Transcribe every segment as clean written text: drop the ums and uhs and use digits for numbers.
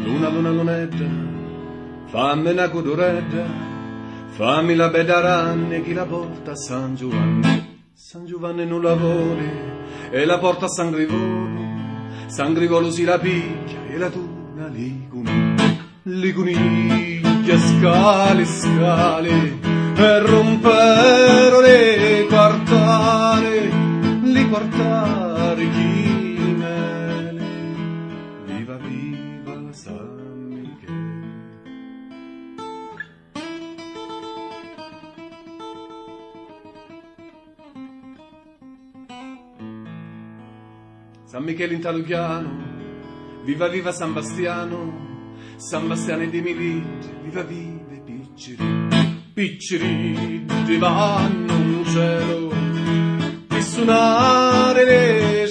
Luna, luna, lunetta, fammi una codoretta, fammi la bella ranne chi la porta a San Giovanni. San Giovanni non lavori e la porta a San Grigolo. San Grigolo si la picchia e la tuna liconiglia scale, scale, e rompero le quartare chimele. Viva, viva San Michele. San Michele in Taluchiano, viva viva San Bastiano, San Bastiano di Milite, viva viva i picciri di vanno in cielo, di suonare le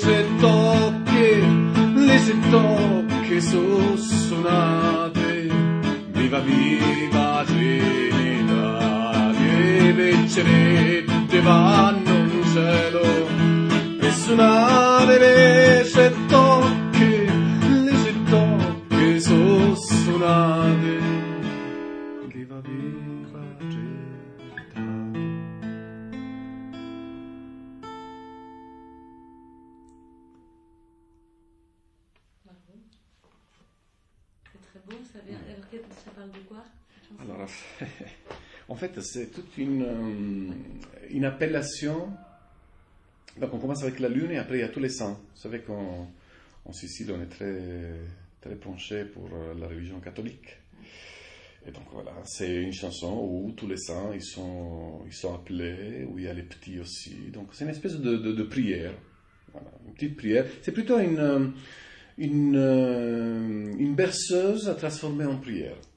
settocche sono suonate, viva viva Trinità, che picciri di vanno in cielo, di suonare le settocche sono suonate, viva viva Trinità. Bravo. C'est très beau, ça vient. Alors, ça parle de quoi? Alors, en fait, c'est toute une appellation. Donc, on commence avec la lune et après il y a tous les saints. Vous savez qu'en Sicile, on est très, très penché pour la religion catholique. Et donc voilà, c'est une chanson où tous les saints ils sont appelés, où il y a les petits aussi. Donc c'est une espèce de prière. Voilà, une petite prière. C'est plutôt une berceuse à transformer en prière.